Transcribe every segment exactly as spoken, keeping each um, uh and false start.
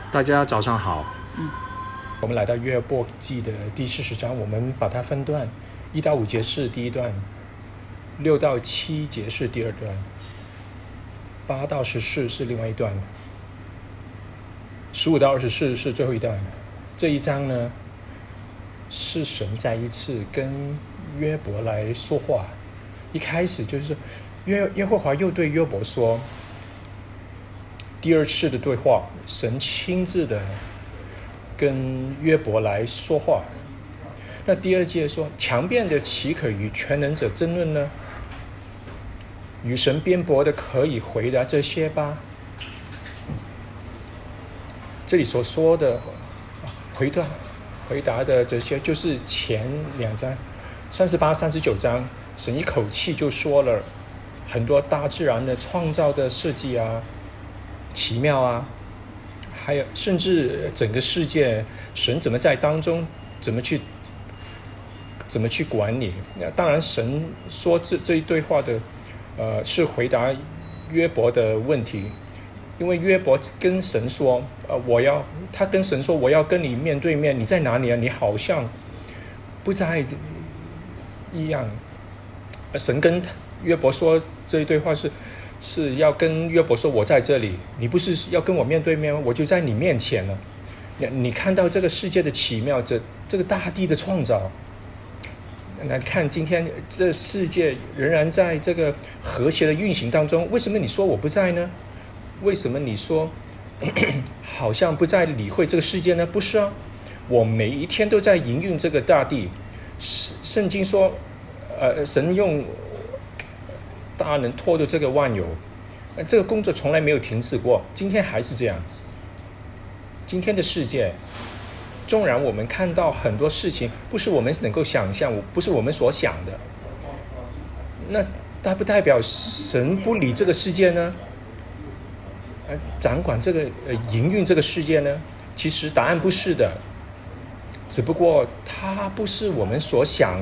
大家早上好。 嗯，我们来到约伯记的第四十章，我们把它分段，一到五节是第一段，六到七节是第二段，八到十四是另外一段，十五到二十四是最后一段。这一章呢，是神再一次跟约伯来说话。一开始就是约耶和华又对约伯说，第二次的对话，神亲自的跟约伯来说话。那第二节说，强辩的岂可与全能者争论呢？与神辩驳的可以回答这些吧。这里所说的回答回答的这些，就是前两章三十八、三十九章，神一口气就说了很多大自然的创造的设计啊，奇妙啊，还有甚至整个世界，神怎么在当中，怎么去怎么去管理。当然神说这这一对话的呃是回答约伯的问题，因为约伯跟神说呃我要他跟神说我要跟你面对面，你在哪里啊？你好像不在一样。神跟约伯说这一对话是是要跟约伯说，我在这里，你不是要跟我面对面吗？我就在你面前了。你你看到这个世界的奇妙，这这个大地的创造，来看今天这世界仍然在这个和谐的运行当中，为什么你说我不在呢？为什么你说咳咳好像不再理会这个世界呢？不是啊，我每一天都在营运这个大地。圣经说呃，神用大能托住这个万有，这个工作从来没有停止过，今天还是这样。今天的世界，纵然我们看到很多事情不是我们能够想象，不是我们所想的，那代不代表神不理这个世界呢？呃，掌管这个呃营运这个世界呢？其实答案不是的，只不过它不是我们所想。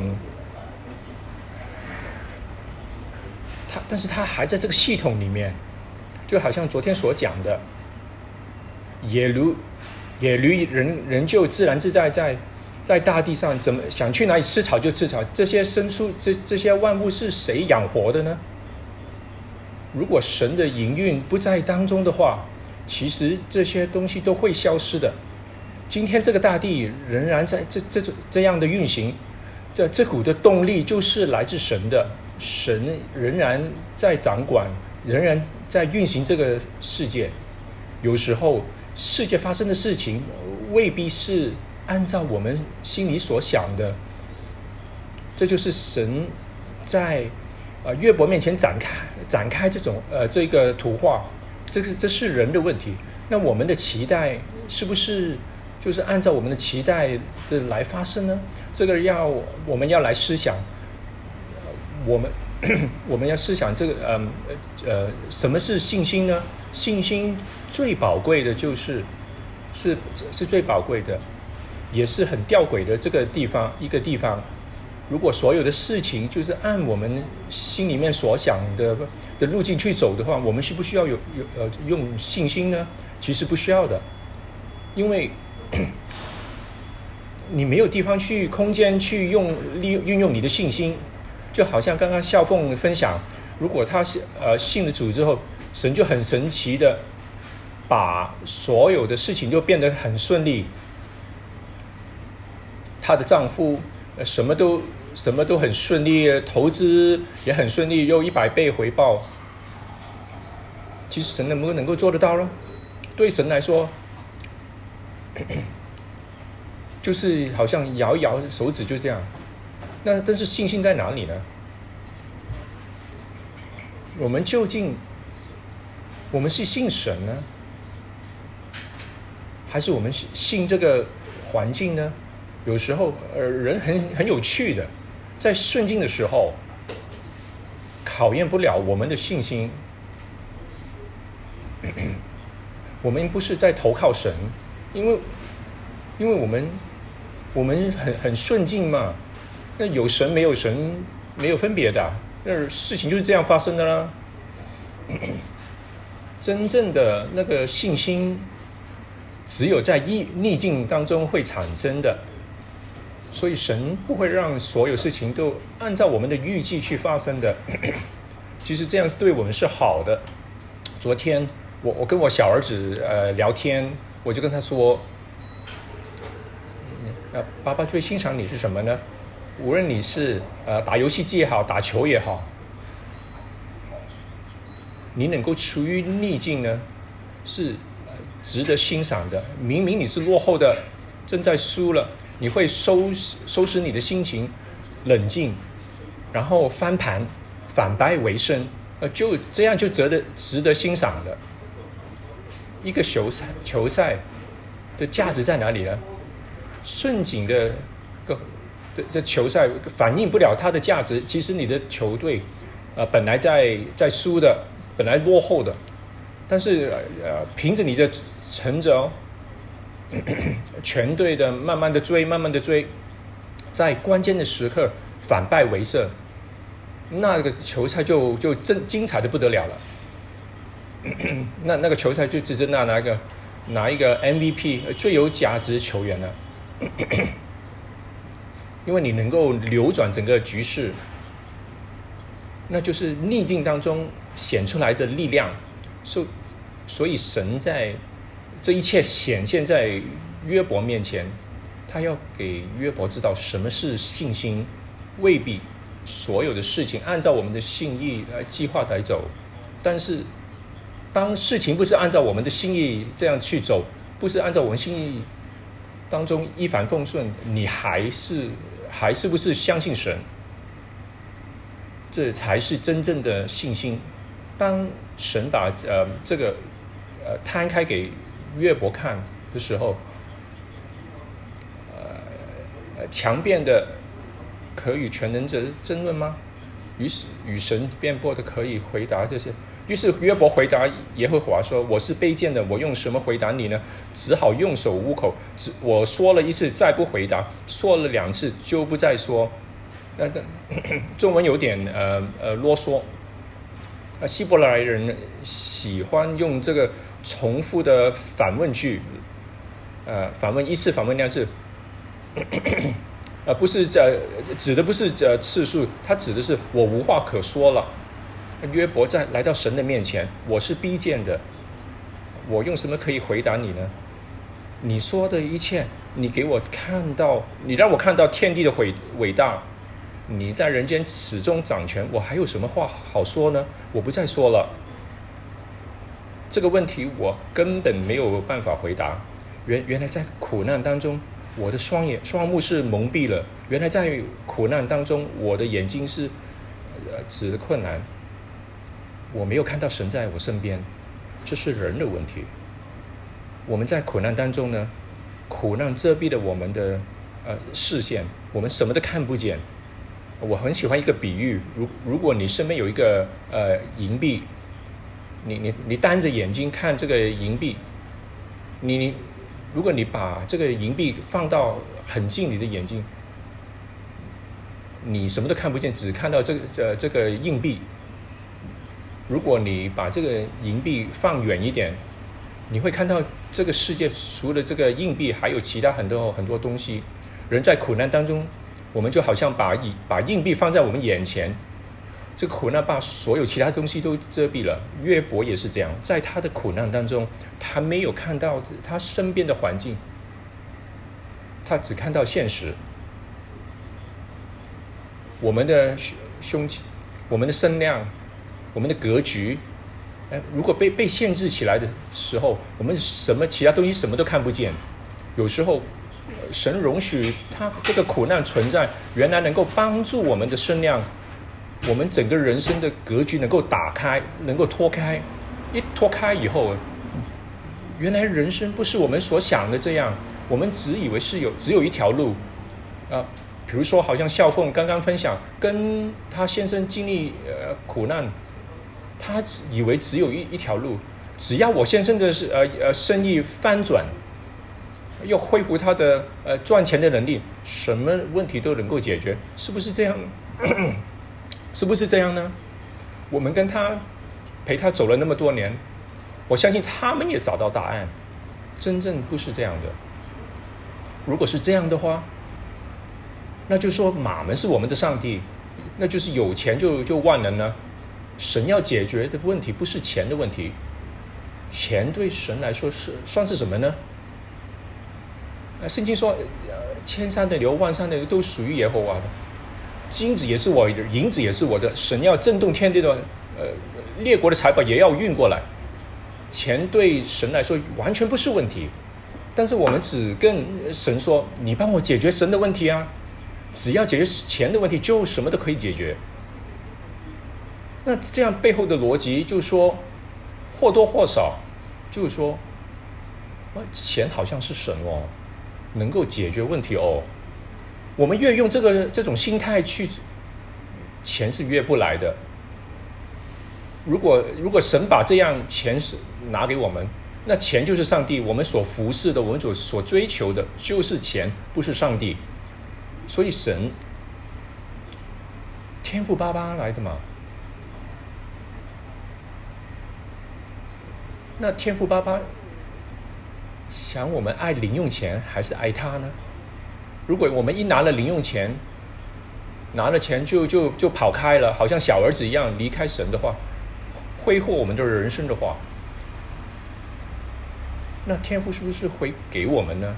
但是他还在这个系统里面，就好像昨天所讲的，野驴，野驴人人就自然自在在在大地上，怎么想去哪里吃草就吃草。这些牲畜，这这些万物是谁养活的呢？如果神的营运不在当中的话，其实这些东西都会消失的。今天这个大地仍然在这这这样的运行，这这股的动力就是来自神的。神仍然在掌管，仍然在运行这个世界。有时候世界发生的事情未必是按照我们心里所想的，这就是神在呃约伯面前展开展开这种呃这个图画，这是这是人的问题。那我们的期待是不是就是按照我们的期待的来发生呢？这个要我们要来思想。我们我们要思想这个呃呃什么是信心呢？信心最宝贵的就是是是最宝贵的，也是很吊诡的这个地方一个地方。如果所有的事情就是按我们心里面所想的的路径去走的话，我们需不需要有有呃用信心呢？其实不需要的，因为你没有地方去空间去用利运用你的信心。就好像刚刚孝凤分享，如果他呃信了主之后，神就很神奇的把所有的事情都变得很顺利。她的丈夫呃什么都什么都很顺利，投资也很顺利，又一百倍回报。其实神能不能够做得到呢？对神来说，就是好像摇一摇手指就这样。那但是信心在哪里呢？我们究竟我们是信神呢，还是我们信这个环境呢？有时候呃人很很有趣的，在顺境的时候考验不了我们的信心。我们不是在投靠神，因为因为我们我们很很顺境嘛。那有神没有神没有分别的，那事情就是这样发生的啦。真正的那个信心只有在逆逆境当中会产生的。所以神不会让所有事情都按照我们的预计去发生的。其实这样对我们是好的。昨天我我跟我小儿子呃聊天，我就跟他说，呃，爸爸最欣赏你是什么呢？无论你是呃打游戏机也好，打球也好，你能够处于逆境呢，是值得欣赏的。明明你是落后的，正在输了，你会收收拾你的心情，冷静，然后翻盘，反败为胜，呃，就这样就值得值得欣赏的。一个球赛球赛的价值在哪里呢？顺景的个的球赛反映不了它的价值。其实你的球队，呃，本来在在输的，本来落后的，但是呃，凭着你的成长，全队的慢慢的追，慢慢的追，在关键的时刻反败为胜，那个球赛就就真精彩的不得了了。那那个球赛就只是拿拿一个拿一个 M V P 最有价值球员了，因为你能够扭转整个局势，那就是逆境当中显出来的力量。所以所以神在这一切显现在约伯面前，他要给约伯知道什么是信心。未必所有的事情按照我们的心意来计划来走，但是当事情不是按照我们的心意这样去走，不是按照我们心意当中一帆风顺，你还是还是不是相信神？这才是真正的信心。当神把呃这个呃摊开给约伯看的时候，呃强辩的可与全能者争论吗？于是与神辩驳的可以回答这些。于是约伯回答耶和华说：“我是卑贱的，我用什么回答你呢？只好用手捂口。只我说了一次，再不回答；说了两次，就不再说。”那中文有点呃呃啰嗦。呃，希伯来人喜欢用这个重复的反问句，呃，反问一次，反问两次。呃，不是这指的不是这次数，它指的是我无话可说了。约伯在来到神的面前，我是卑贱的，我用什么可以回答你呢？你说的一切，你给我看到，你让我看到天地的伟伟大，你在人间始终掌权，我还有什么话好说呢？我不再说了。这个问题我根本没有办法回答。原原来在苦难当中，我的双眼双目是蒙蔽了。原来在苦难当中，我的眼睛是呃指的困难。我没有看到神在我身边，这是人的问题。我们在苦难当中呢，苦难遮蔽了我们的呃视线，我们什么都看不见。我很喜欢一个比喻，如如果你身边有一个呃银币，你你你单着眼睛看这个银币，你你如果你把这个银币放到很近你的眼睛，你什么都看不见，只看到这个这这个硬币。如果你把这个银币放远一点，你会看到这个世界除了这个硬币，还有其他很多很多东西。人在苦难当中，我们就好像把把硬币放在我们眼前，这个苦难把所有其他东西都遮蔽了。约伯也是这样，在他的苦难当中，他没有看到他身边的环境，他只看到现实。我们的胸襟，我们的声量，我们的格局，如果被被限制起来的时候，我们什么其他东西什么都看不见。有时候神容许他这个苦难存在，原来能够帮助我们的声量，我们整个人生的格局能够打开，能够脱开。一脱开以后，原来人生不是我们所想的这样，我们只以为是有只有一条路啊。比如说好像孝凤刚刚分享跟他先生经历呃苦难，他以为只有一一条路，只要我先生的呃呃生意翻转，又恢复他的呃赚钱的能力，什么问题都能够解决，是不是这样？是不是这样呢？我们跟他陪他走了那么多年，我相信他们也找到答案。 真正不是这样的。如果是这样的话，那就说马门是我们的上帝，那就是有钱就就万能了。神要解决的问题不是钱的问题，钱对神来说是算是什么呢？圣经说，千山的流，万山的流都属于耶和华的，金子也是我的，银子也是我的。神要震动天地的，呃，列国的财宝也要运过来。钱对神来说完全不是问题，但是我们只跟神说：“你帮我解决神的问题啊！”只要解决钱的问题，就什么都可以解决。那这样背后的逻辑就是说，或多或少就是说，钱好像是神哦，能够解决问题哦。我们越用这个这种心态去，钱是越不来的。如果如果神把这样钱是拿给我们，那钱就是上帝，我们所服侍的，我们所所追求的就是钱，不是上帝。所以神天赋爸爸来的嘛。那天赋爸爸想我们爱零用钱还是爱他呢？如果我们一拿了零用钱，拿了钱就就就跑开了，好像小儿子一样离开神的话，挥霍我们的人生的话，那天父是不是会给我们呢？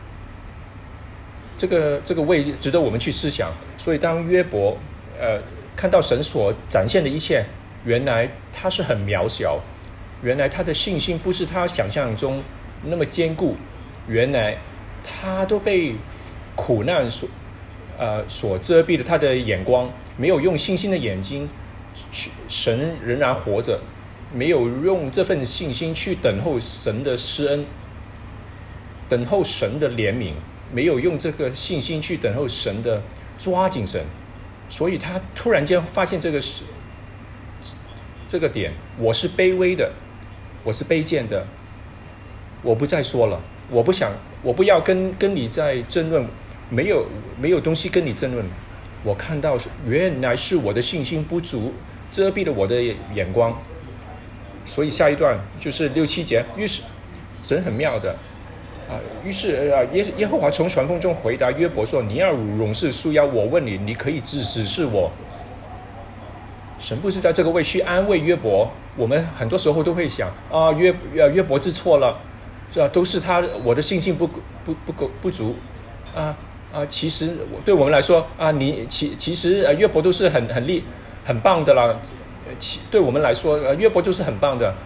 这个这个位值得我们去思想。所以当约伯呃看到神所展现的一切，原来他是很渺小，原来他的信心不是他想象中那么坚固，原来他都被苦难所呃所遮蔽了他的眼光，没有用信心的眼睛去，神仍然活着，没有用这份信心去等候神的施恩，等候神的怜悯，没有用这个信心去等候神的抓紧神，所以他突然间发现这个是这个点，我是卑微的，我是卑贱的，我不再说了，我不想，我不要跟跟你再争论，没有没有东西跟你争论。我看到原来是我的信心不足，遮蔽了我的眼光。所以下一段就是六七节，于是神很妙的啊，于是啊耶耶和华从传风中回答约伯说：“你要永世束腰，我问你，你可以指指示我。”神不是在这个位去安慰约伯，我们很多时候都会想啊，约约伯知错了，这都是他我的信心不不不够不足啊啊！其实对我们来说啊，你其其实约伯都是很很厉很棒的啦。对我们来说，约伯都是很棒的，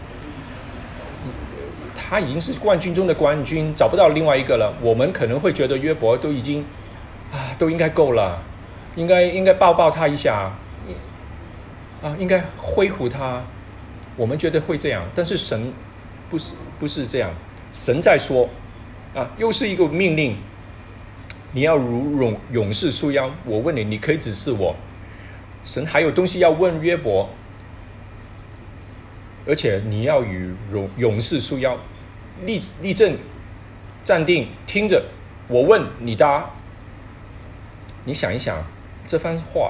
他已经是冠军中的冠军，找不到另外一个了。我们可能会觉得约伯都已经啊，都应该够了，应该应该抱抱他一下，啊，应该挥舞他。我们觉得会这样，但是神不是不是这样，神在说啊，又是一个命令，你要如勇勇士束腰。我问你，你可以指示我。神还有东西要问约伯，而且你要与勇勇士束腰，立立正，站定，听着，我问你答。你想一想这番话，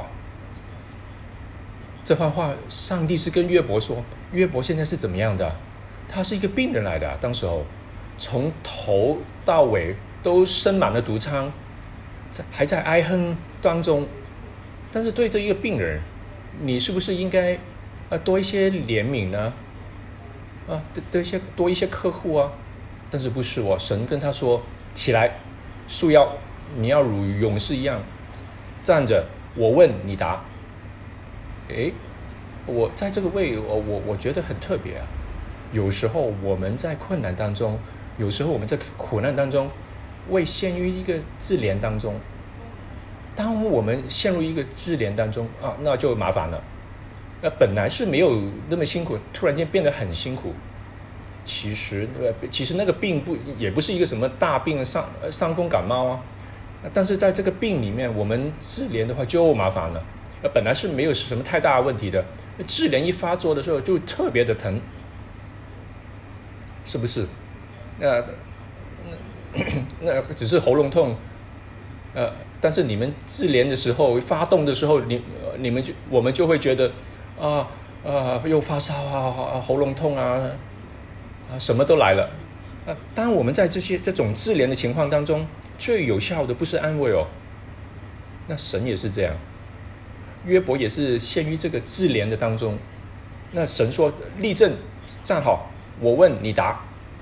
这番话，上帝是跟约伯说，约伯现在是怎么样的？他是一个病人来的，当时候从头到尾都生满了毒疮，还在哀哼当中。但是对这一个病人，你是不是应该啊多一些怜悯呢？啊，多一些多一些呵护啊？但是不是哦，神跟他说：“起来，束腰，你要如勇士一样站着，我问你答。”诶，我在这个位，我我我觉得很特别啊。有时候我们在困难当中，有时候我们在苦难当中，会陷于一个自怜当中。当我们陷入一个自怜当中啊，那就麻烦了。那本来是没有那么辛苦，突然间变得很辛苦。其实，其实那个病不也不是一个什么大病，伤伤风感冒啊。但是在这个病里面，我们自怜的话就麻烦了。本来是没有什么太大的问题的，自怜一发作的时候就特别的疼，是不是？那那只是喉咙痛，呃。但是你们自怜的时候发动的时候，你你们就我们就会觉得啊啊又发烧啊，喉咙痛啊，啊什么都来了。 呃，当我们在这些这种自怜的情况当中，最有效的不是安慰哦，那神也是这样，约伯也是陷于这个自怜的当中。那神说：“立正，站好，我问你答。”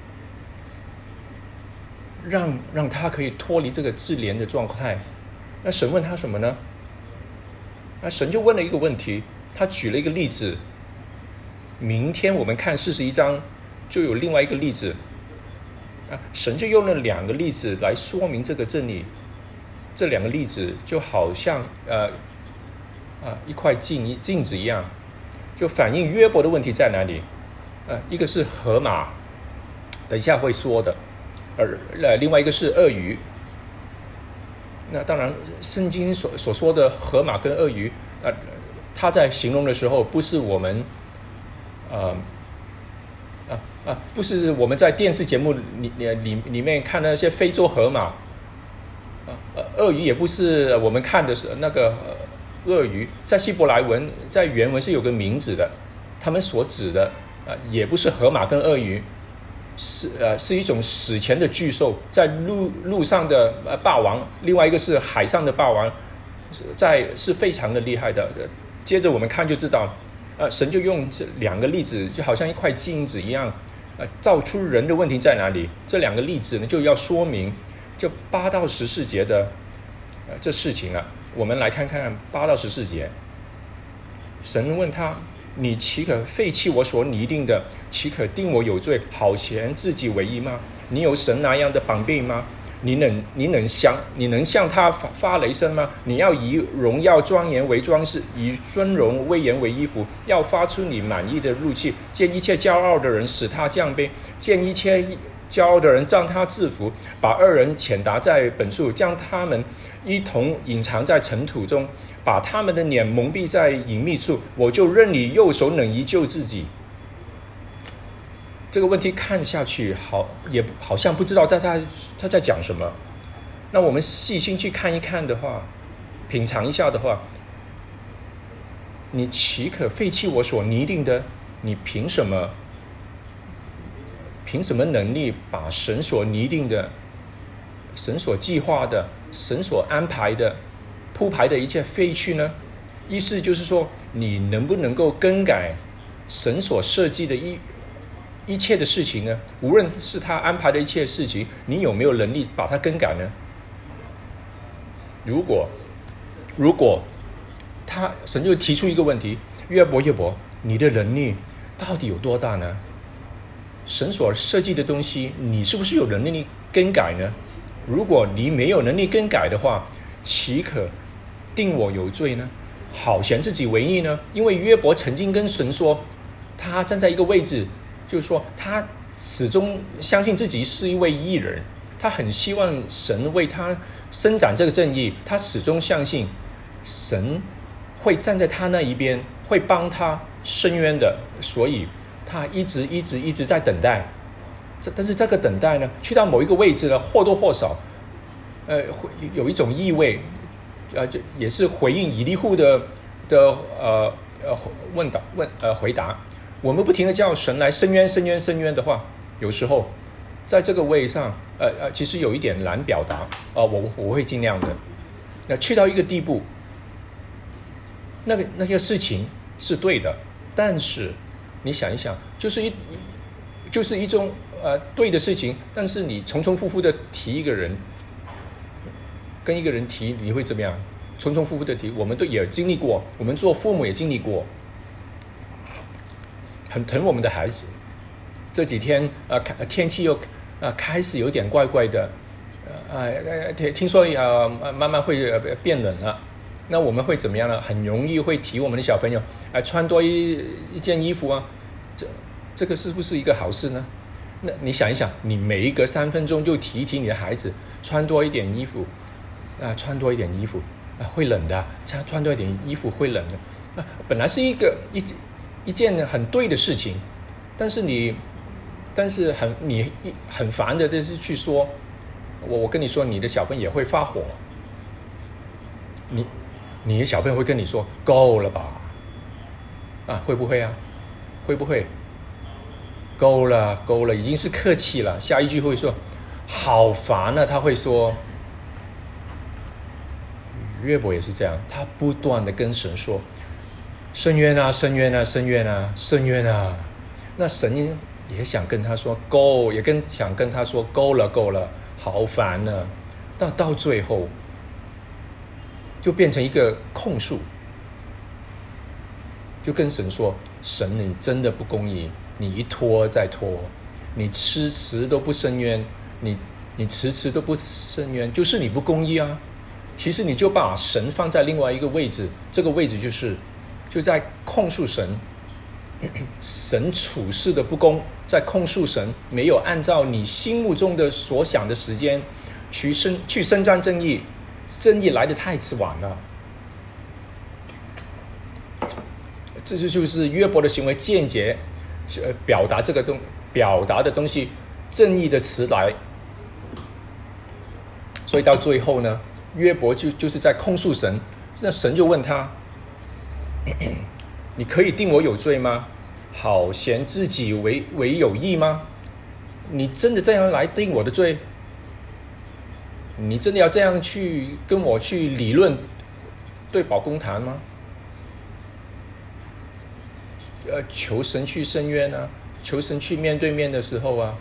让让他可以脱离这个自怜的状态。那神问他什么呢？那神就问了一个问题，他举了一个例子。明天我们看四十一章，就有另外一个例子。啊，神就用了两个例子来说明这个真理。这两个例子就好像呃啊一块镜镜子一样，就反映约伯的问题在哪里。呃，一个是河马，等一下会说的，而呃另外一个是鳄鱼。那当然，圣经所所说的河马跟鳄鱼，呃，它在形容的时候，不是我们，呃，啊啊，不是我们在电视节目里里里面看的那些非洲河马，呃，鳄鱼也不是我们看的是那个鳄鱼，在希伯来文在原文是有个名字的，他们所指的，呃，也不是河马跟鳄鱼。是呃，是一种史前的巨兽，在陆路上的呃霸王，另外一个是海上的霸王，在是非常的厉害的。接着我们看就知道，呃，神就用这两个例子，就好像一块镜子一样，呃，照出人的问题在哪里。这两个例子呢，就要说明就八到十四节的呃这事情了。我们来看看八到十四节，神问他。你岂可废弃我所拟定的？岂可定我有罪，好嫌自己为义吗？你有神那样的膀臂吗？你能你能向你能向他发发雷声吗？你要以荣耀庄严为装饰，以尊荣威严为衣服，要发出你满意的怒气，见一切骄傲的人使他降卑，见一切骄傲的人让他制服，把二人遣达在本处，将他们一同隐藏在尘土中，把他们的脸蒙蔽在隐秘处，我就任你右手能移救自己。这个问题看下去好也好像不知道他他他在讲什么。那我们细心去看一看的话，品尝一下的话，你岂可废弃我所拟定的？你凭什么？凭什么能力把神所拟定的、神所计划的、神所安排的、铺排的一切废去呢？意思就是说，你能不能够更改神所设计的一一切的事情呢？无论是他安排的一切事情，你有没有能力把它更改呢？如果如果他神就提出一个问题：约伯，约伯，你的能力到底有多大呢？神所设计的东西，你是不是有能力更改呢？如果你没有能力更改的话，岂可定我有罪呢？好嫌自己为义呢？因为约伯曾经跟神说，他站在一个位置，就是说他始终相信自己是一位义人，他很希望神为他伸展这个正义，他始终相信神会站在他那一边，会帮他伸冤的，所以他一直一直一直在等待。这但是这个等待呢，去到某一个位置呢，或多或少，呃，有一种意味，呃，就也是回应以利户的的呃呃问答问呃回答。我们不停的叫神来伸冤伸冤伸冤的话，有时候在这个位上，呃呃，其实有一点难表达啊、呃，我我会尽量的。那去到一个地步，那个那些事情是对的，但是你想一想，就是一就是一种呃对的事情，但是你重重复复的提一个人，跟一个人提，你会怎么样？重重复复的提，我们都也经历过，我们做父母也经历过，很疼我们的孩子。这几天呃天气又呃开始有点怪怪的，呃呃听说呃慢慢会变冷了。那我们会怎么样呢？很容易会提我们的小朋友，哎、呃，穿多一一件衣服啊，这这个是不是一个好事呢？那你想一想，你每一隔三分钟就提一提你的孩子穿多一点衣服，啊、呃，穿多一点衣服啊、呃，会冷的，穿穿多一点衣服会冷的。啊、呃，本来是一个一一件很对的事情，但是你，但是很你很烦的，就是去说，我我跟你说，你的小朋友也会发火，你。你的小朋友会跟你说够了吧？啊，会不会啊？会不会？ 够了够了，已经是客气了。下一句会说好烦啊，他会说。约伯也是这样，他不断的跟神说深渊啊深渊啊深渊啊深渊啊，那神也想跟他说够，也跟想跟他说够了够了，好烦啊。但到最后就变成一个控诉，就跟神说，神你真的不公义，你一拖再拖，你迟迟都不伸冤，你你迟迟都不伸冤，就是你不公义啊。其实你就把神放在另外一个位置，这个位置就是就在控诉神，神处事的不公，在控诉神没有按照你心目中的所想的时间去伸去伸张正义，正义来得太迟晚了。这就就是约伯的行为间接表达这个东表达的东西，正义的迟来。所以到最后呢，约伯就就是在控诉神，那神就问他：你可以定我有罪吗？好嫌自己为为有益吗？你真的这样来定我的罪？你真的要这样去跟我去理论对簿公堂吗？呃，求神去伸冤啊，求神去面对面的时候啊，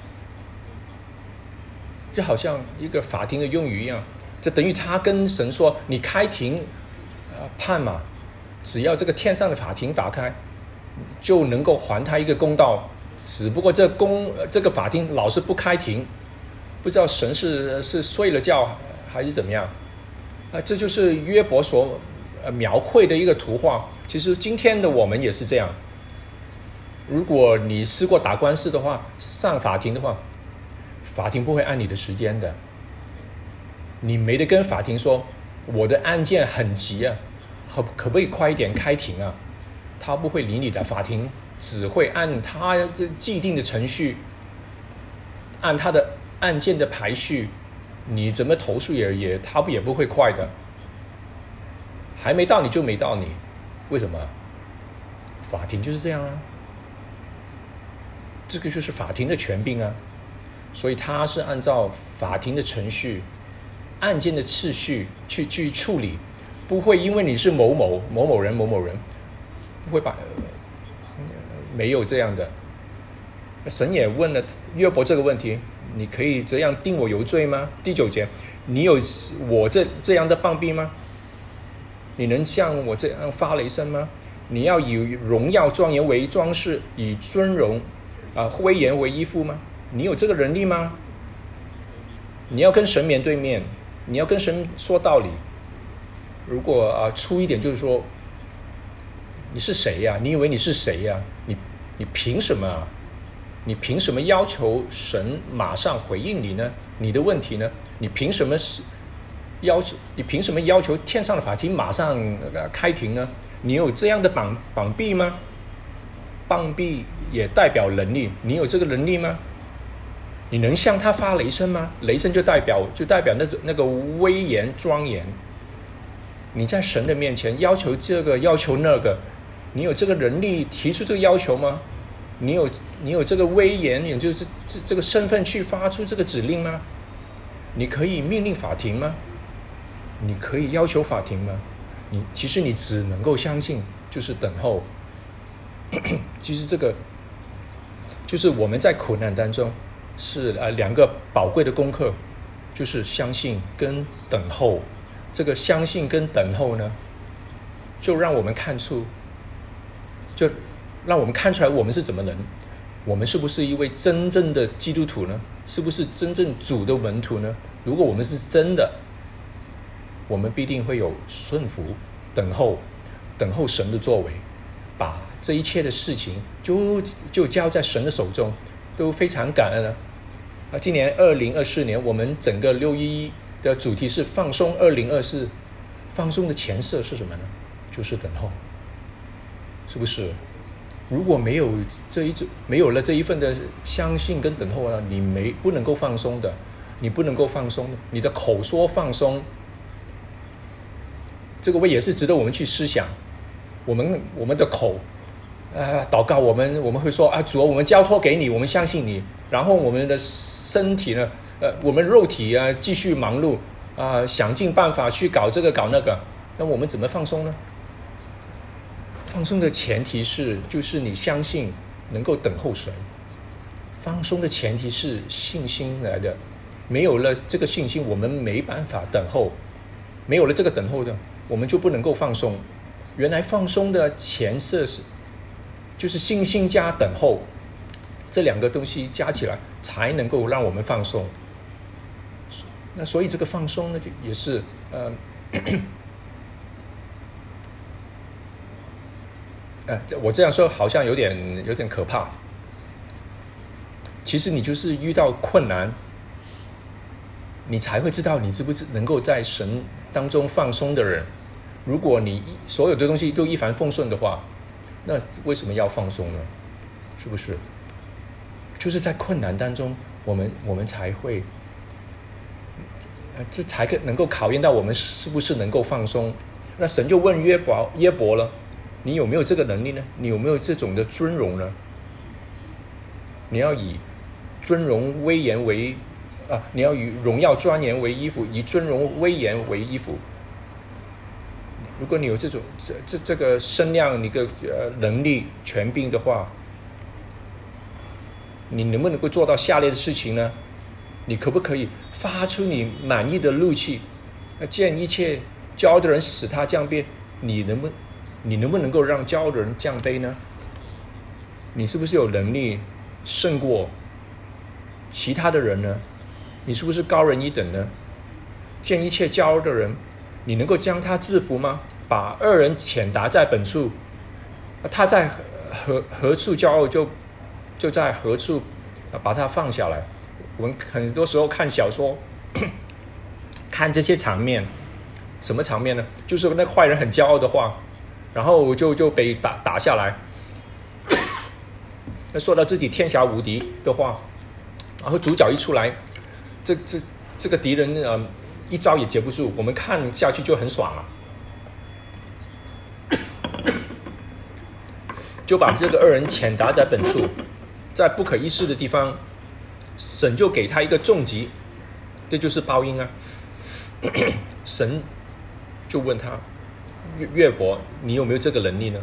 就好像一个法庭的用语一样，这等于他跟神说：你开庭、呃、判嘛，只要这个天上的法庭打开，就能够还他一个公道。只不过这公这个法庭老是不开庭，不知道神是是睡了觉还是怎么样啊？这就是约伯所、呃、描绘的一个图画。其实今天的我们也是这样。如果你试过打官司的话，上法庭的话，法庭不会按你的时间的。你没得跟法庭说我的案件很急啊，可可不可以快一点开庭啊？他不会理你的，法庭只会按他既定的程序，按他的案件的排序，你怎么投诉也也他也不会快的。还没到你就没到你，为什么？法庭就是这样啊。这个就是法庭的权柄啊，所以他是按照法庭的程序、案件的次序去去处理，不会因为你是某某某某人某某人，不会把、呃、没有这样的。神也问了约伯这个问题：你可以这样定我有罪吗？第九节，你有我这这样的膀臂吗？你能像我这样发雷声吗？你要以荣耀庄严为装饰，以尊荣啊、呃、威严为衣服吗？你有这个能力吗？你要跟神面对面，你要跟神说道理。如果啊、呃、粗一点就是说，你是谁呀、啊？你以为你是谁呀、啊？你你凭什么啊？你凭什么要求神马上回应你呢？你的问题呢？你凭什么是要求？你凭什么要求天上的法庭马上、呃、开庭呢？你有这样的膀膀臂吗？膀臂也代表能力，你有这个能力吗？你能向他发雷声吗？雷声就代表就代表那个那个威严庄严。你在神的面前要求这个要求那个，你有这个能力提出这个要求吗？你有你有这个威严，也就是这这个身份去发出这个指令吗？你可以命令法庭吗？你可以要求法庭吗？你其实你只能够相信，就是等候。其实这个就是我们在苦难当中是呃两个宝贵的功课，就是相信跟等候。这个相信跟等候呢，就让我们看出，就让我们看出来我们是怎么人，我们是不是一位真正的基督徒呢？是不是真正主的门徒呢？如果我们是真的，我们必定会有顺服、等候、等候神的作为，把这一切的事情就就交在神的手中，都非常感恩了。啊，今年二零二四年，我们整个六一一的主题是放松二零二四，放松的前设是什么呢？就是等候，是不是？如果没有这一没有了这一份的相信跟等候呢，你没不能够放松的，你不能够放松的，你的口说放松，这个也是值得我们去思想。我们我们的口呃，祷告我们我们会说啊，主，我们交托给你，我们相信你。然后我们的身体呢，呃，我们肉体啊继续忙碌啊、呃，想尽办法去搞这个搞那个。那我们怎么放松呢？放松的前提是，就是你相信能够等候神。放松的前提是信心来的，没有了这个信心，我们没办法等候。没有了这个等候的，我们就不能够放松。原来放松的前设是。就是信心加等候，这两个东西加起来才能够让我们放松。那所以这个放松呢，就也是呃，呃，我这样说好像有点有点可怕。其实你就是遇到困难，你才会知道你是不是能够在神当中放松的人。如果你所有的东西都一帆风顺的话，那为什么要放松呢？是不是？就是在困难当中，我们我们才会，这才能够考验到我们是不是能够放松。那神就问约伯约伯了，你有没有这个能力呢？你有没有这种的尊荣呢？你要以尊荣威严为啊，你要以荣耀庄严为衣服，以尊荣威严为衣服。如果你有这种这这这个声量，你个呃能力权柄的话，你能不能够做到下列的事情呢？你可不可以发出你满意的怒气，见一切骄傲的人使他降卑？你能不你能不能够让骄傲的人降卑呢？你是不是有能力胜过其他的人呢？你是不是高人一等呢？见一切骄傲的人，你能够将他制服吗？把二人遣达在本处，他在何何处骄傲，就就在何处把他放下来。我们很多时候看小说，看这些场面，什么场面呢？就是那个坏人很骄傲的话，然后就就被打打下来。那说到自己天下无敌的话，然后主角一出来，这这这个敌人呃一招也接不住，我们看下去就很爽了。就把这个二人遣达在本处，在不可一世的地方，神就给他一个重击，这就是报应啊。神就问他约伯，你有没有这个能力呢？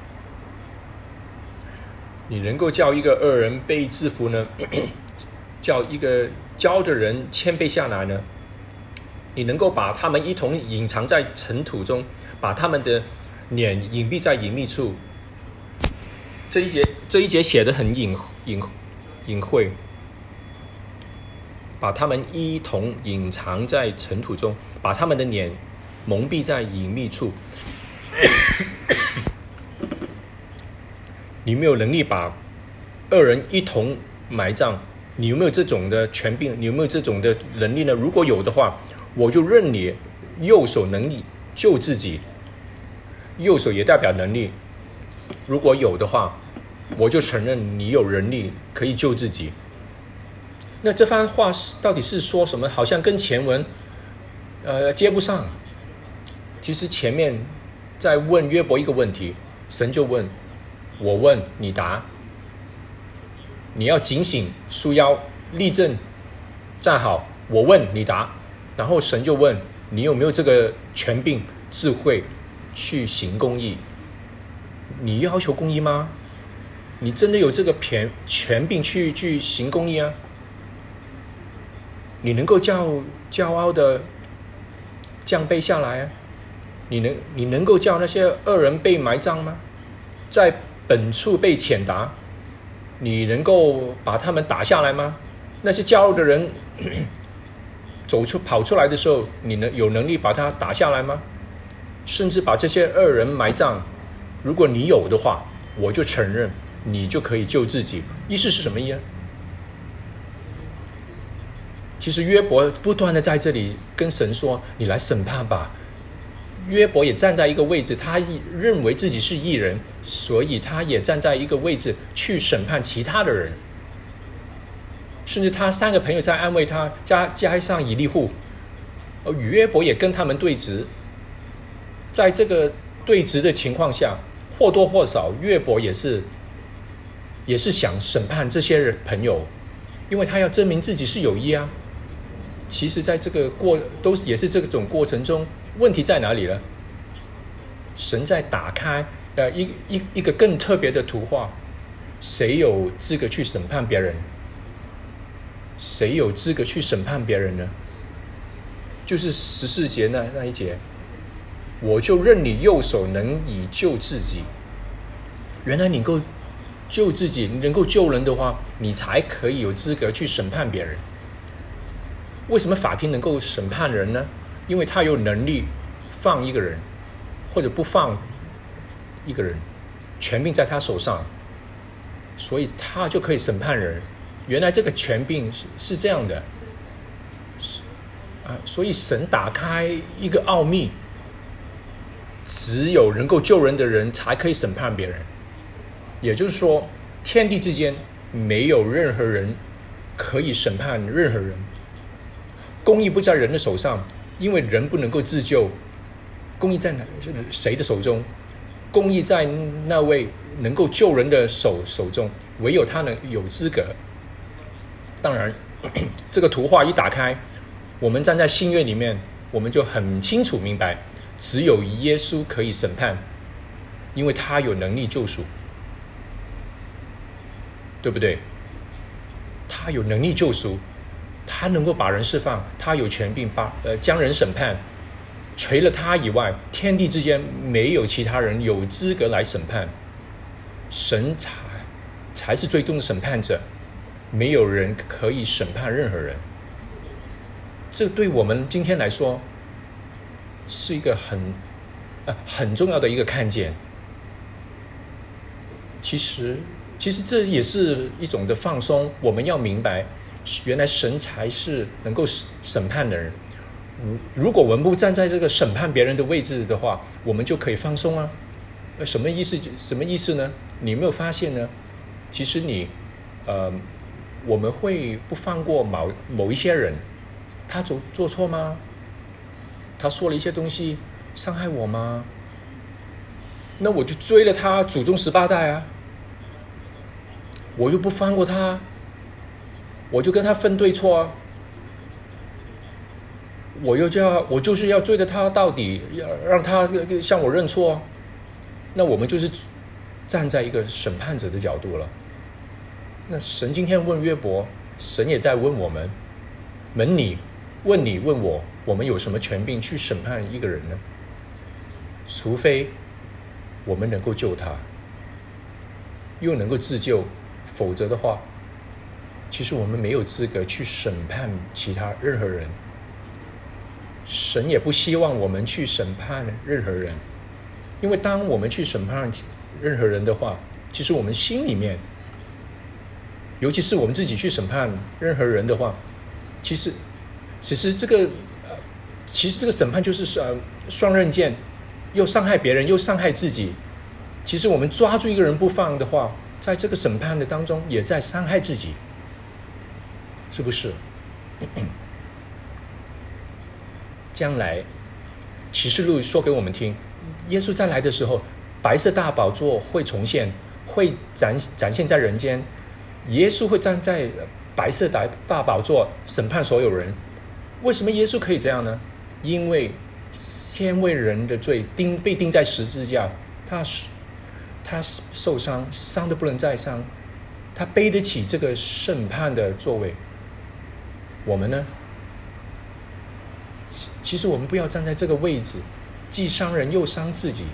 你能够叫一个恶人被制服呢？叫一个骄傲的人谦卑下来呢？你能够把他们一同隐藏在尘土中，把他们的脸隐蔽在隐秘处？这一节这一节写得很隐隐隐晦，把他们一同隐藏在尘土中，把他们的脸蒙蔽在隐秘处。你没有能力把二人一同埋葬，你有没有这种的权柄？你有没有这种的能力呢？如果有的话，我就认你右手能力救自己，右手也代表能力。如果有的话，我就承认你有能力可以救自己。那这番话到底是说什么？好像跟前文呃接不上。其实前面在问约伯一个问题，神就问我问你答，你要警醒束腰立正站好，我问你答。然后神就问你有没有这个权柄智慧去行公义？你要求公义吗？你真的有这个权权柄去去行公义啊？你能够叫骄傲的降卑下来啊？你能你能够叫那些恶人被埋葬吗？在本处被遣达，你能够把他们打下来吗？那些骄傲的人走出跑出来的时候，你能有能力把他打下来吗？甚至把这些恶人埋葬，如果你有的话，我就承认你就可以救自己。意思是什么意思？其实约伯不断的在这里跟神说，你来审判吧。约伯也站在一个位置，他认为自己是义人，所以他也站在一个位置去审判其他的人。甚至他三个朋友在安慰他，加加上以利户，约伯也跟他们对峙。在这个对峙的情况下， 或多或少约伯也是也是想审判这些人朋友，因为他要证明自己是有义啊。其实在这个过都是也是这种过程中，问题在哪里呢？神在打开呃一一一个更特别的图画，谁有资格去审判别人？谁有资格去审判别人呢？就是十四节那那一节，我就认你右手能以救自己。原来你能够救自己，能够救人的话，你才可以有资格去审判别人。为什么法庭能够审判人呢？因为他有能力放一个人，或者不放一个人，权柄在他手上，所以他就可以审判人。原来这个权柄 是, 是这样的，啊，所以神打开一个奥秘，只有能够救人的人才可以审判别人。也就是说，天地之间没有任何人可以审判任何人。公义不在人的手上，因为人不能够自救。公义在哪？谁的手中？公义在那位能够救人的手手中，唯有他能有资格。当然，这个图画一打开，我们站在新约里面，我们就很清楚明白，只有耶稣可以审判，因为他有能力救赎，对不对？他有能力救赎，他能够把人释放，他有权柄把呃将人审判。除了他以外，天地之间没有其他人有资格来审判，神才才是最终的审判者，没有人可以审判任何人。这对我们今天来说是一个很、呃、很重要的一个看见。其实其实这也是一种的放松，我们要明白原来神才是能够审判的人。如果我们不站在这个审判别人的位置的话，我们就可以放松啊。什么意思？什么意思呢？你有没有发现呢？其实你，呃，我们会不放过某某一些人，他做做错吗？他说了一些东西伤害我吗？那我就追了他祖宗十八代啊！我又不放过他，我就跟他分对错啊！我又就要我就是要追着他到底，要让他向我认错。那我们就是站在一个审判者的角度了。那神今天问约伯，神也在问我们：问你、问你、问我，我们有什么权柄去审判一个人呢？除非我们能够救他，又能够自救，否则的话，其实我们没有资格去审判其他任何人。神也不希望我们去审判任何人，因为当我们去审判任何人的话，其实我们心里面，尤其是我们自己去审判任何人的话，其实其实这个呃，其实这个审判就是呃双刃剑，又伤害别人又伤害自己。其实我们抓住一个人不放的话，在这个审判的当中也在伤害自己，是不是？将来启示录说给我们听，耶稣再来的时候，白色大宝座会重现，会 展, 展现在人间。耶稣会站在白色大宝座审判所有人。为什么耶稣可以这样呢？因为先为人的罪钉被钉在十字架，他他受伤，伤得不能再伤，他背得起这个审判的座位。我们呢？其实我们不要站在这个位置，既伤人又伤自己。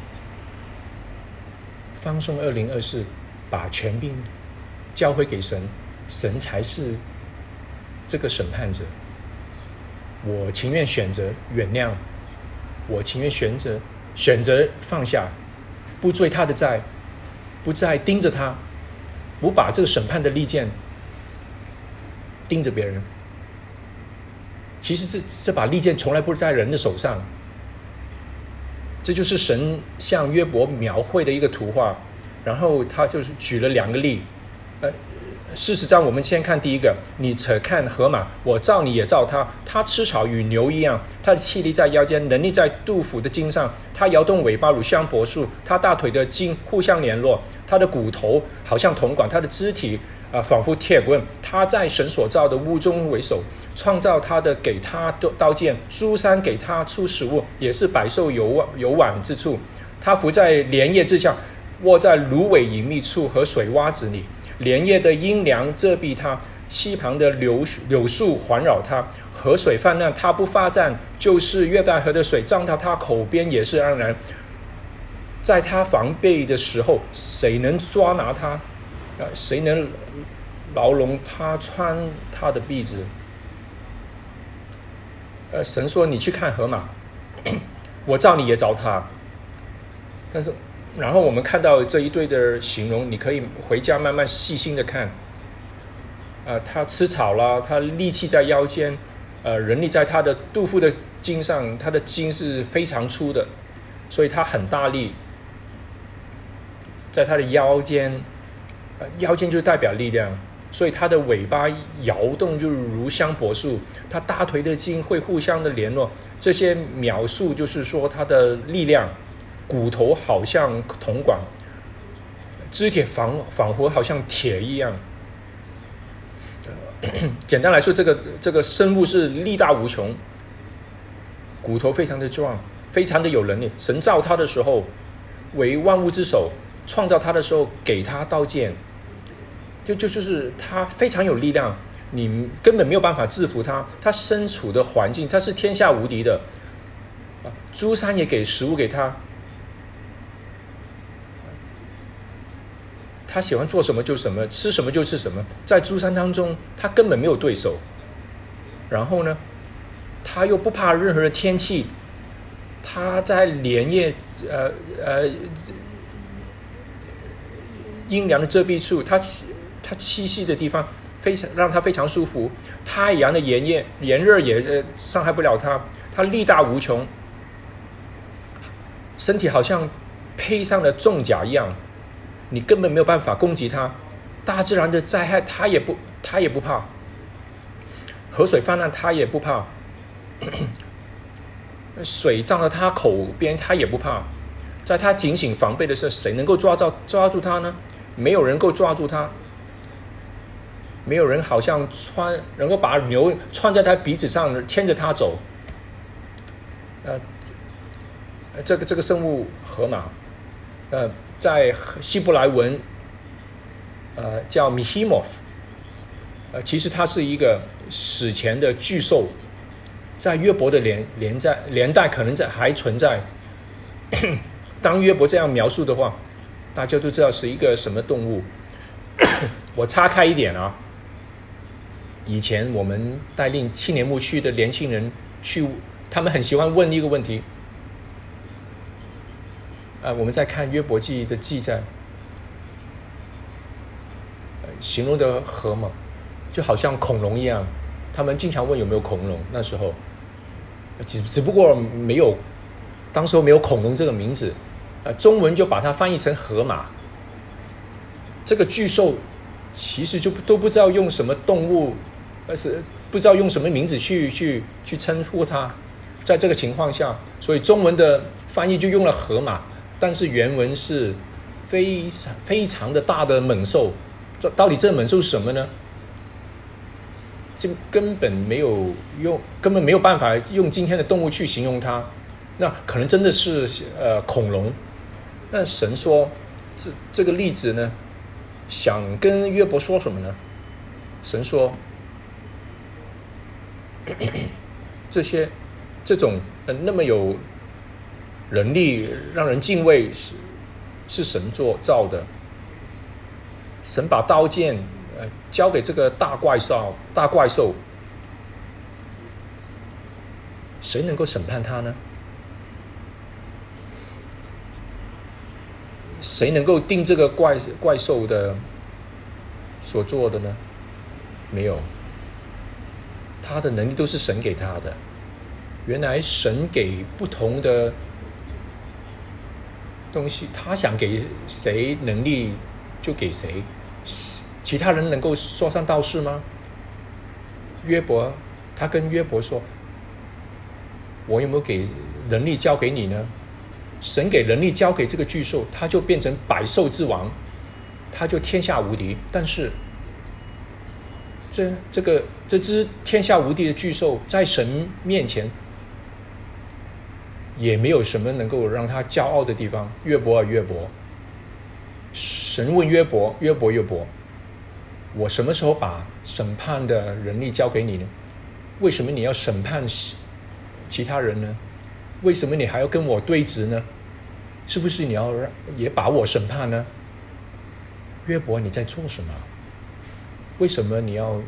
放松二零二四，把权柄交回给神，神才是这个审判者。我情愿选择原谅，我情愿选择选择放下，不追他的债，不再盯着他，不把这个审判的利剑盯着别人。其实 这, 这把利剑从来不在人的手上，这就是神向约伯描绘的一个图画。然后他就是举了两个例，呃， 事实上，我们先看第一个，你且看河马，我造你也造它，它吃草与牛一样，它的气力在腰间，能力在肚腹的筋上，它摇动尾巴如香柏树，它大腿的筋互相联络，它的骨头好像铜管，它的肢体啊、呃、仿佛铁棍，它在神所造的屋中为首，创造它的给它刀剑，诸山给它出食物，也是百兽游游玩之处，它伏在莲叶之下，卧在芦苇隐秘处和水洼子里。莲叶的阴凉遮蔽它，溪旁的柳柳树环绕它，河水泛滥，它不发战，就是约旦河的水涨到它口边也是安然。在它防备的时候，谁能抓拿它？呃，谁能牢笼它穿它的鼻子？呃，神说你去看河马，我造你也造它。但是然后我们看到这一对的形容，你可以回家慢慢细心的看。呃，他吃草啦，他力气在腰间，呃，人力在他的肚腹的筋上，他的筋是非常粗的，所以他很大力。在他的腰间，呃、腰间就代表力量，所以他的尾巴摇动就如香柏树，他大腿的筋会互相的联络。这些描述就是说他的力量。骨头好像铜管，肢体仿仿佛好像铁一样。简单来说，这个这个生物是力大无穷，骨头非常的壮，非常的有能力。神造他的时候，为万物之首；创造他的时候，给他刀剑，就就就是他非常有力量，你根本没有办法制服他。他身处的环境，他是天下无敌的。诸山也给食物给他。他喜欢做什么就什么，吃什么就吃什么。在诸山当中，他根本没有对手。然后呢，他又不怕任何的天气。他在莲叶呃呃阴凉的遮蔽处，他他栖息的地方非常让他非常舒服。太阳的炎热炎热也呃伤害不了他，他力大无穷，身体好像披上了重甲一样。你根本没有办法攻击它，大自然的灾害它也不它也不怕，河水泛滥它也不怕，水涨到它口边它也不怕。在它警醒防备的时候，谁能够抓住抓住它呢？没有人够抓住它，没有人好像穿能够把牛穿在它鼻子上牵着它走。呃，这个这个生物河马，呃。在希伯来文，呃，叫 Behemoth， 呃，其实它是一个史前的巨兽，在约伯的年年在年代可能在还存在。当约伯这样描述的话，大家都知道是一个什么动物。我岔开一点啊，以前我们带领青年牧区的年轻人去，他们很喜欢问一个问题。呃，我们在看约伯记的记载，呃、形容的河马就好像恐龙一样，他们经常问有没有恐龙。那时候只只不过没有，当时候没有恐龙这个名字，呃，中文就把它翻译成河马。这个巨兽其实就都不知道用什么动物，呃，是不知道用什么名字去去去称呼它。在这个情况下，所以中文的翻译就用了河马。但是原文是非常非常的大的猛兽，这到底这猛兽是什么呢？就根本没有用，根本没有办法用今天的动物去形容它。那可能真的是呃恐龙。那神说这这个例子呢，想跟约伯说什么呢？神说，这些这种呃那么有能力让人敬畏是是神做造的。神把刀剑呃交给这个大怪兽，大怪兽，谁能够审判他呢？谁能够定这个怪怪兽的所做的呢？没有，他的能力都是神给他的。原来神给不同的东西，他想给谁能力就给谁。 其他人能够说三道四吗？约伯他跟约伯说，我有没有给能力交给你呢？神给能力交给这个巨兽，他就变成百兽之王，他就天下无敌。但是这这个这只天下无敌的巨兽在神面前也没有什么能够让他骄傲的地方。约伯啊约伯，神问约伯，约伯约伯，我什么时候把审判的能力交给你呢？为什么你要审判其他人呢？为什么你还要跟我对峙呢？是不是你要也把我审判呢？约伯，你在做什么？为什么你要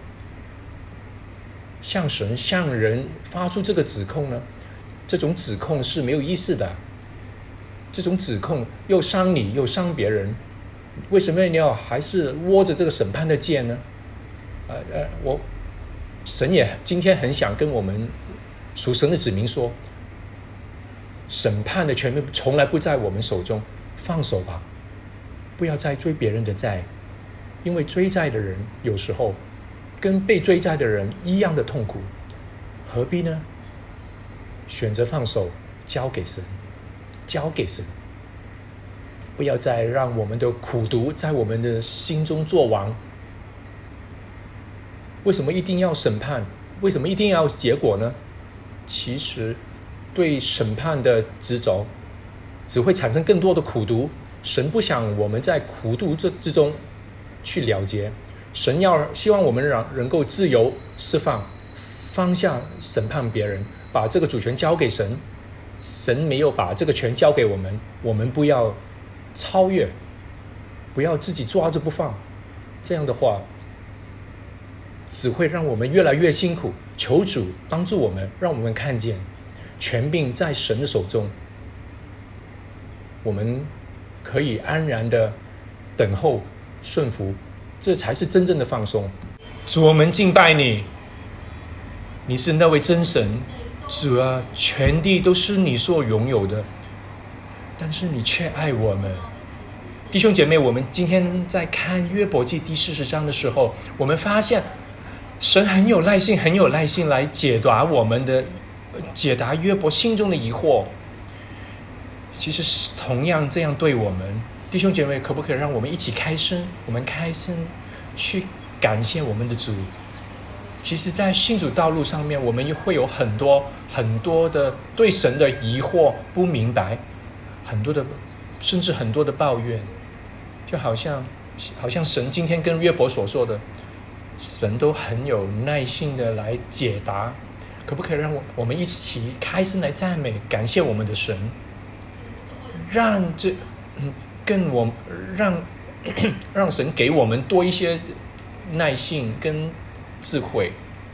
向神向人发出这个指控呢？这种指控是没有意思的，这种指控又伤你又伤别人，为什么你要还是握着这个审判的剑呢？呃呃，我神也今天很想跟我们属神的子民说，审判的权柄从来不在我们手中，放手吧，不要再追别人的债，因为追债的人有时候跟被追债的人一样的痛苦，何必呢？选择放手，交给神，交给神，不要再让我们的苦毒在我们的心中作王。为什么一定要审判？为什么一定要结果呢？其实对审判的执着只会产生更多的苦毒。神不想我们在苦毒之中去了结，神要希望我们让能够自由释放，放下审判别人，把这个主权交给神。神没有把这个权交给我们，我们不要超越，不要自己抓着不放，这样的话只会让我们越来越辛苦。求主帮助我们，让我们看见权柄在神的手中，我们可以安然的等候顺服，这才是真正的放松。主，我们敬拜你，你是那位真神。主啊，全地都是你所拥有的，但是你却爱我们。弟兄姐妹，我们今天在看约伯记第四十章的时候，我们发现神很有耐心，很有耐心来解答我们的解答约伯心中的疑惑。其实是同样这样对我们。弟兄姐妹，可不可以让我们一起开声，我们开声去感谢我们的主。其实在信主道路上面，我们会有很多很多的对神的疑惑，不明白，很多的甚至很多的抱怨，就好像好像神今天跟约伯所说的，神都很有耐心的来解答。可不可以让我我们一起开声来赞美感谢我们的神，让这跟我让让神给我们多一些耐性跟智慧。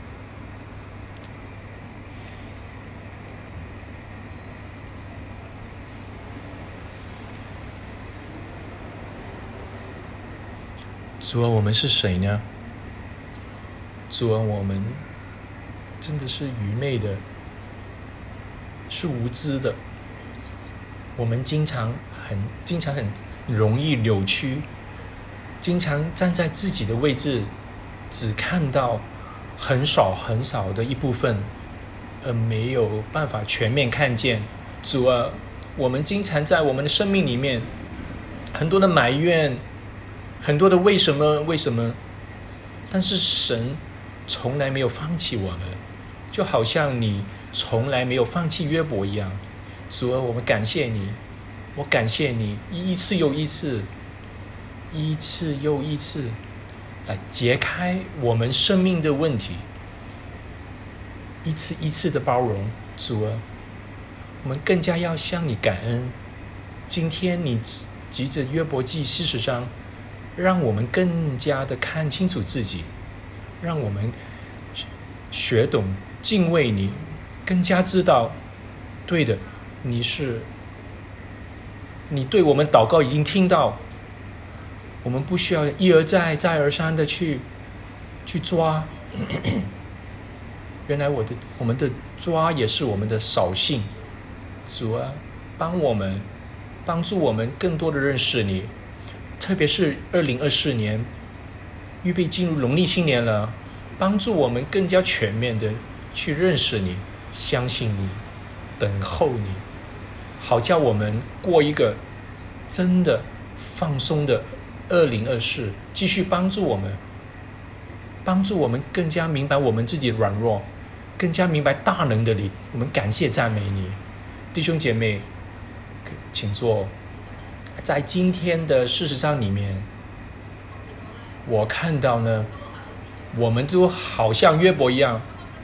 主啊，我们是谁呢？主啊，我们真的是愚昧的，是无知的。我们经常很经常很容易扭曲，经常站在自己的位置，只看到很少很少的一部分，而没有办法全面看见。主啊，我们经常在我们的生命里面很多的埋怨，很多的为什么为什么，但是神从来没有放弃我们，就好像你从来没有放弃约伯一样。主啊，我们感谢你，我感谢你一次又一次一次又一次来解开我们生命的问题，一次一次的包容。主啊，我们更加要向你感恩。今天你藉着约伯记四十章，让我们更加的看清楚自己，让我们学懂敬畏你，更加知道，对的，你是你对我们祷告已经听到，我们不需要一而再再而三的去去抓。原来我的我们的抓也是我们的扫兴。主啊，帮我们帮助我们更多的认识你，特别是二零二四年， 预备进入农历新年了，帮助我们更加全面的去认识你，相信你，等候你，好叫我们过一个真的放松的二零二四，继续帮助我们，帮助我们更加明白我们自己的软弱，更加明白大能的你。我们感谢赞美你，弟兄姐妹，请坐。在今天的事实上里面，我看到呢，我们都好像约伯一样。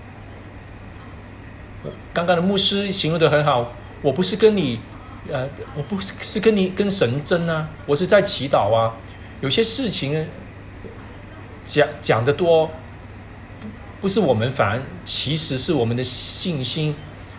刚刚的牧师形容得很好，我不是跟你，呃，我不是是跟你跟神争啊，我是在祈祷啊。有些事情讲讲得多，不是我们烦，其实是我们的信心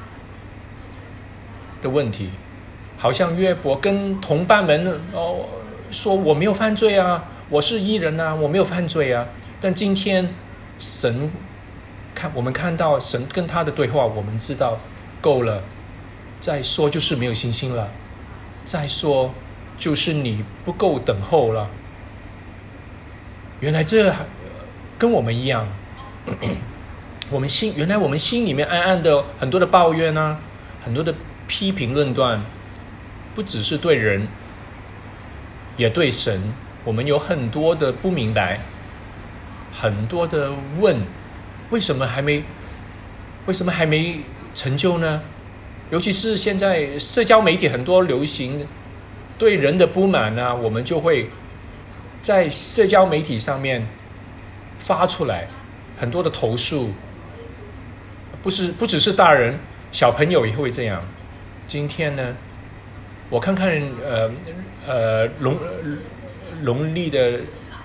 的问题。好像约伯跟同伴们哦说我没有犯罪啊，我是义人啊，我没有犯罪啊。但今天神看我们看到神跟他的对话，我们知道够了，再说就是没有信心了，再说就是你不够等候了。原来这跟我们一样，我们心原来我们心里面暗暗的很多的抱怨啊，很多的批评论断，不只是对人，也对神。我们有很多的不明白，很多的问，为什么还没，为什么还没成就呢？尤其是现在社交媒体很多流行对人的不满啊，我们就会在社交媒体上面发出来很多的投诉，不是不只是大人，小朋友也会这样。今天呢，我看看呃呃农农历的，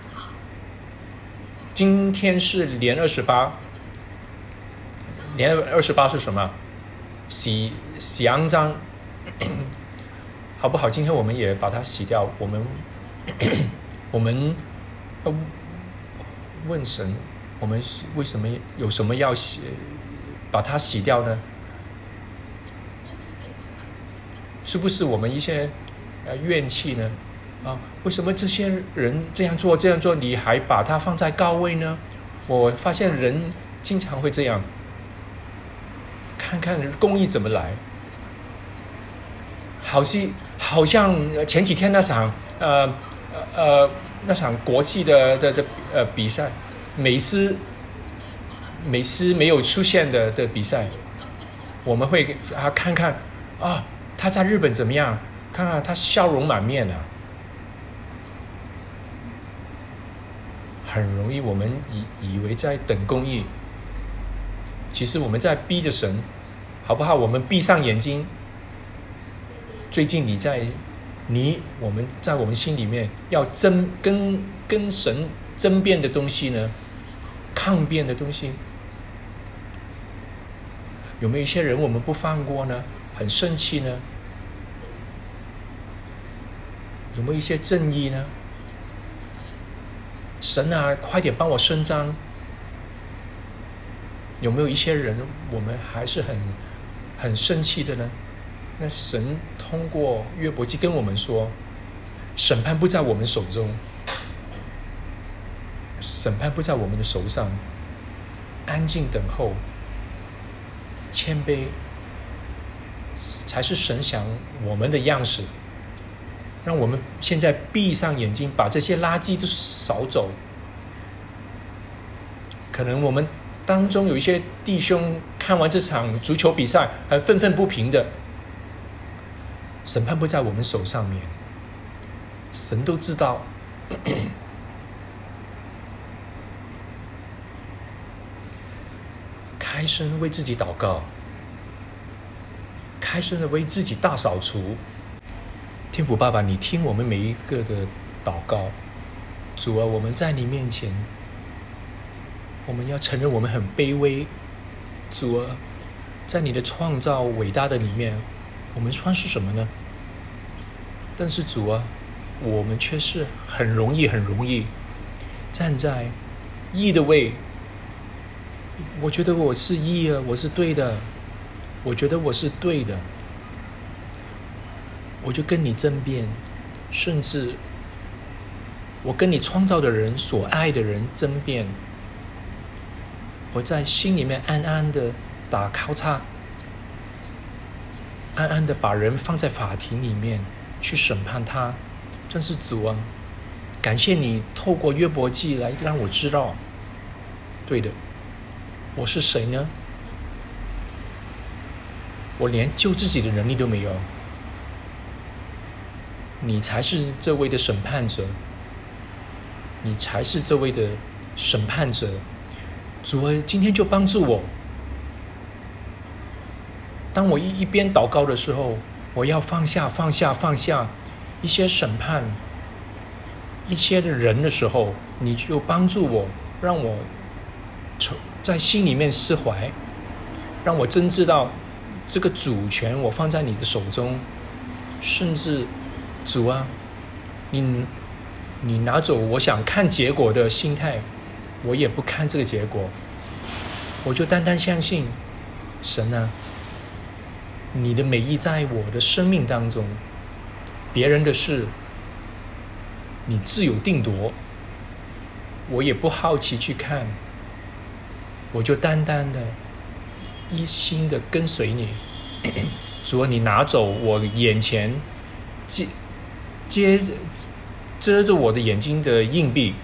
今天是年二十八，年二十八是什么？洗洗肮脏，好不好？今天我们也把它洗掉。我们我们问神，我们为什么有什么要洗，把它洗掉呢？是不是我们一些呃怨气呢？啊，为什么这些人这样做这样做，你还把它放在高位呢？我发现人经常会这样，看看公义怎么来。好像好像前几天那场呃呃那场国际的的的呃比赛，美斯美斯没有出现的的比赛，我们会啊看看啊他在日本怎么样，看看他笑容满面啊。很容易我们以以为在等公义，其实我们在逼着神，好不好？我们闭上眼睛。最近你在你我们在我们心里面要争跟跟神争辩的东西呢，抗辩的东西，有没有一些人我们不放过呢？很生气呢？有没有一些正义呢？神啊，快点帮我伸张。有没有一些人我们还是很很生气的呢？那神通过约伯记跟我们说，审判不在我们手中，审判不在我们的手上，安静等候，谦卑，才是神想我们的样式。让我们现在闭上眼睛，把这些垃圾都扫走。可能我们当中有一些弟兄看完这场足球比赛还愤愤不平的，审判不在我们手上面，神都知道。开声为自己祷告，开声的为自己大扫除。天父爸爸，你听我们每一个的祷告。主啊，我们在你面前，我们要承认我们很卑微。主啊，在你的创造伟大的里面，我们算是什么呢？但是主啊，我们却是很容易很容易站在义的位。我觉得我是义啊，我是对的，我觉得我是对的，我就跟你争辩，甚至我跟你创造的人所爱的人争辩，我在心里面暗暗的打交叉，暗暗的把人放在法庭里面去审判他。真是主啊，感谢你透过约伯记来让我知道，对的，我是谁呢？我连救自己的能力都没有，你才是这位的审判者，你才是这位的审判者。主啊，今天就帮助我。当我一一边祷告的时候，我要放下放下放下一些审判一些的人的时候，你就帮助我，让我在心里面释怀，让我真知道这个主权我放在你的手中。甚至主啊，你你拿走我想看结果的心态，我也不看这个结果，我就单单相信神啊，你的美意在我的生命当中，别人的事你自有定夺，我也不好奇去看，我就单单的一心的跟随你。主啊，你拿走我眼前接接遮着我的眼睛的硬币，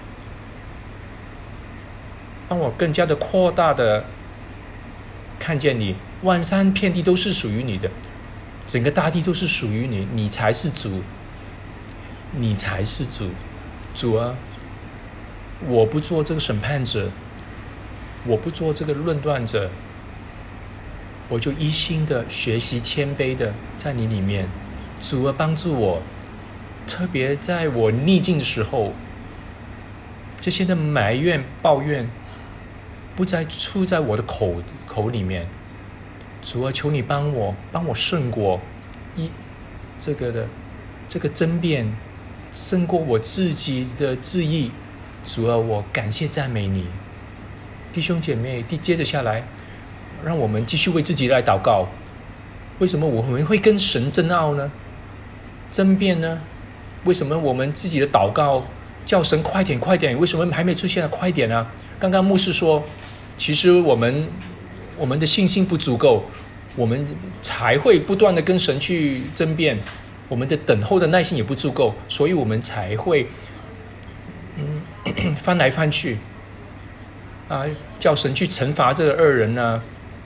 让我更加的扩大的看见你，万山遍地都是属于你的，整个大地都是属于你，你才是主，你才是主。主啊，我不做这个审判者，我不做这个论断者，我就一心的学习谦卑的在你里面。主啊，帮助我，特别在我逆境的时候，这些的埋怨抱怨不再出在我的口口里面。主啊，求你帮我帮我胜过一这个的这个争辩，胜过我自己的自义。主啊，我感谢赞美你。弟兄姐妹，接着下来让我们继续为自己来祷告。为什么我们会跟神争拗呢？争辩呢？为什么我们自己的祷告叫神快点快点，为什么还没出现？快点啊！刚刚牧师说，其实我们我们的信心不足够，我们才会不断的跟神去争辩，我们的等候的耐心也不足够，所以我们才会嗯翻来翻去啊，叫神去惩罚这个二人呢、啊，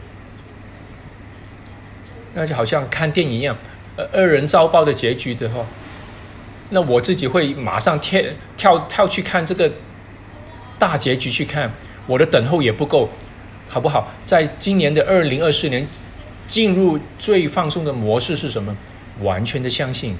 那就好像看电影一样，二人遭报的结局的话，那我自己会马上跳跳跳去看这个大结局去看，我的等候也不够，好不好？在今年的二零二四年进入最放松的模式是什么？完全的相信，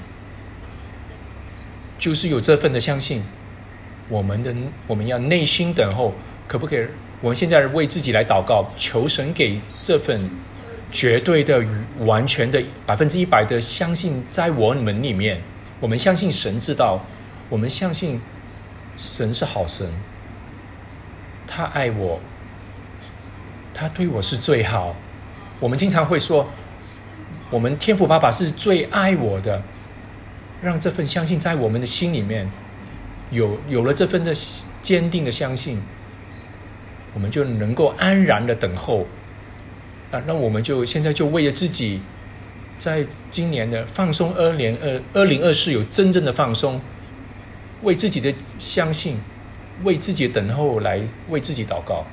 就是有这份的相信，我们的我们要内心等候，可不可以？我们现在为自己来祷告，求神给这份绝对的、完全的、百分之一百的相信在我们里面。我们相信神知道，我们相信神是好神，他爱我，他对我是最好。我们经常会说，我们天父爸爸是最爱我的，让这份相信在我们的心里面有有了这份的坚定的相信，我们就能够安然的等候。啊，那我们就现在就为了自己，在今年的放松二零二二零二四有真正的放松，为自己的相信，为自己的等候来为自己祷告。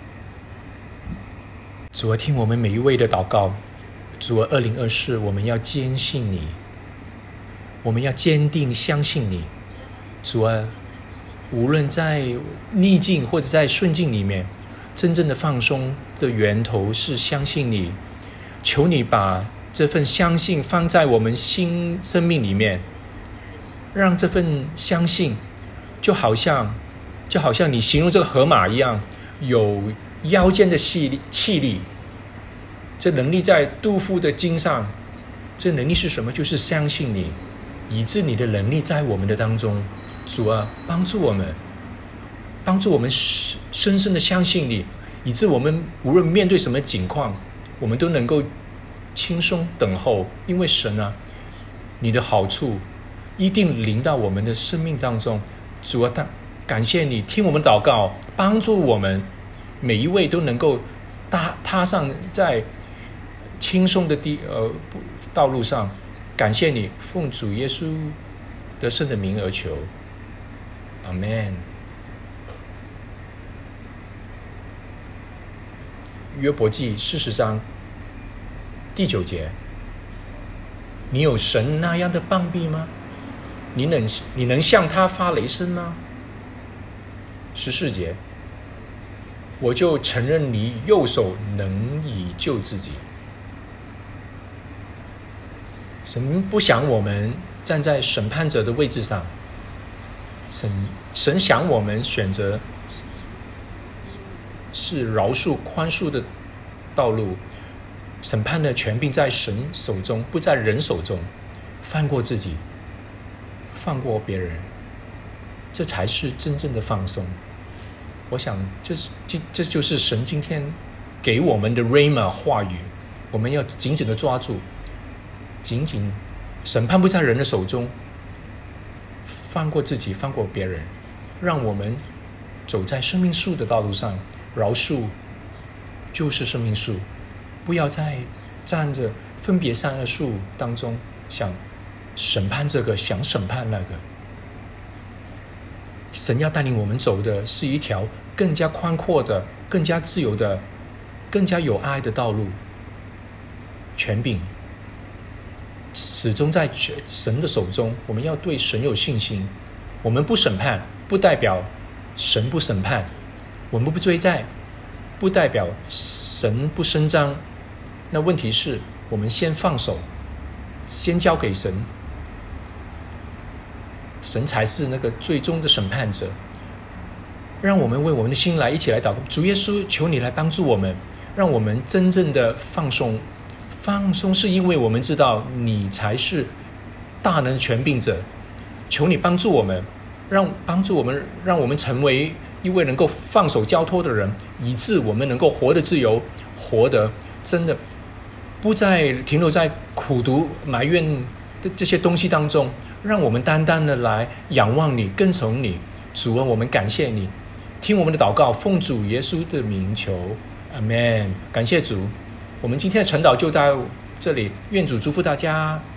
主啊，听我们每一位的祷告。主啊，二零二四我们要坚信你，我们要坚定相信你。主啊，无论在逆境或者在顺境里面，真正的放松的源头是相信你。求你把这份相信放在我们心生命里面，让这份相信就好像就好像你形容这个河马一样，有腰间的气力，这能力在肚腹的筋上。这能力是什么？就是相信你，以致你的能力在我们的当中。主啊，帮助我们帮助我们深深的相信你，以致我们无论面对什么境况，我们都能够轻松等候。因为神啊，你的好处一定临到我们的生命当中。主啊， 感谢你听我们祷告，帮助我们每一位都能够踏踏上在轻松的地呃道路上。感谢你，奉主耶稣得胜的名而求，阿们。约伯记四十章第九节，你有神那样的膀臂吗？你能你能向他发雷声吗？十四节，我就承认你右手能以救自己。神不想我们站在审判者的位置上，神神想我们选择是饶恕宽恕的道路。审判的权柄在神手中，不在人手中。放过自己，放过别人，这才是真正的放松。我想这这这就是神今天给我们的 Rhema 话语，我们要紧紧的抓住。紧紧，审判不在人的手中，放过自己，放过别人，让我们走在生命树的道路上。饶恕就是生命树，不要再站着分别善恶树当中想审判这个，想审判那个。神要带领我们走的是一条更加宽阔的、更加自由的、更加有爱的道路。权柄始终在神的手中，我们要对神有信心。我们不审判，不代表神不审判；我们不追债，不代表神不伸张。那问题是我们先放手，先交给神，神才是那个最终的审判者。让我们为我们的心来一起来祷告，主耶稣，求你来帮助我们，让我们真正的放松。放松是因为我们知道你才是大能权柄者，求你帮助我们，让帮助我们，让我们成为一位能够放手交托的人，以致我们能够活得自由，活得真的不再停留在苦毒埋怨的这些东西当中，让我们单单的来仰望你，跟从你。主啊，我们感谢你，听我们的祷告，奉主耶稣的名求，阿们。感谢主。我们今天的晨祷就到这里，愿主祝福大家。